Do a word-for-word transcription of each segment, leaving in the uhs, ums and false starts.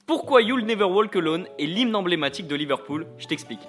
Pourquoi You'll Never Walk Alone est l'hymne emblématique de Liverpool? Je t'explique.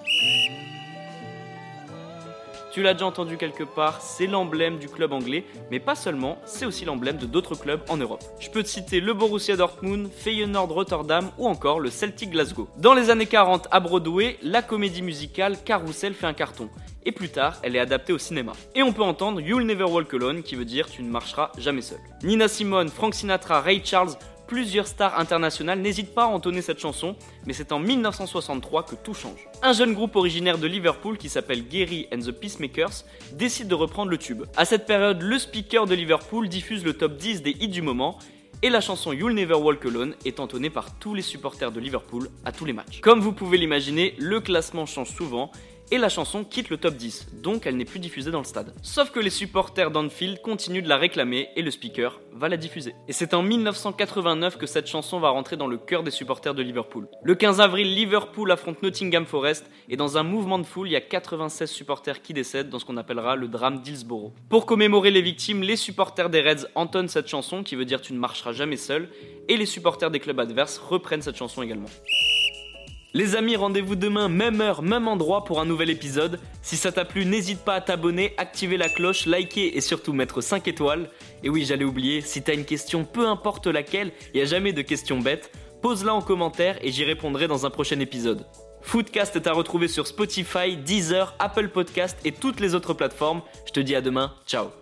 Tu l'as déjà entendu quelque part, c'est l'emblème du club anglais, mais pas seulement, c'est aussi l'emblème de d'autres clubs en Europe. Je peux te citer le Borussia Dortmund, Feyenoord Rotterdam ou encore le Celtic Glasgow. Dans les années quarante, à Broadway, la comédie musicale Carousel fait un carton. Et plus tard, elle est adaptée au cinéma. Et on peut entendre You'll Never Walk Alone, qui veut dire tu ne marcheras jamais seul. Nina Simone, Frank Sinatra, Ray Charles, plusieurs stars internationales n'hésitent pas à entonner cette chanson, mais c'est en mille neuf cent soixante-trois que tout change. Un jeune groupe originaire de Liverpool qui s'appelle Gary and the Peacemakers décide de reprendre le tube. À cette période, le speaker de Liverpool diffuse le top dix des hits du moment, et la chanson You'll Never Walk Alone est entonnée par tous les supporters de Liverpool à tous les matchs. Comme vous pouvez l'imaginer, le classement change souvent, et la chanson quitte le top dix, donc elle n'est plus diffusée dans le stade. Sauf que les supporters d'Anfield continuent de la réclamer et le speaker va la diffuser. Et c'est en mille neuf cent quatre-vingt-neuf que cette chanson va rentrer dans le cœur des supporters de Liverpool. Le quinze avril, Liverpool affronte Nottingham Forest et dans un mouvement de foule, il y a quatre-vingt-seize supporters qui décèdent dans ce qu'on appellera le drame d'Hillsborough. Pour commémorer les victimes, les supporters des Reds entonnent cette chanson qui veut dire tu ne marcheras jamais seul et les supporters des clubs adverses reprennent cette chanson également. Les amis, rendez-vous demain, même heure, même endroit pour un nouvel épisode. Si ça t'a plu, n'hésite pas à t'abonner, activer la cloche, liker et surtout mettre cinq étoiles. Et oui, j'allais oublier, si t'as une question, peu importe laquelle, il n'y a jamais de questions bêtes, pose-la en commentaire et j'y répondrai dans un prochain épisode. Footcast est à retrouver sur Spotify, Deezer, Apple Podcast et toutes les autres plateformes. Je te dis à demain, ciao.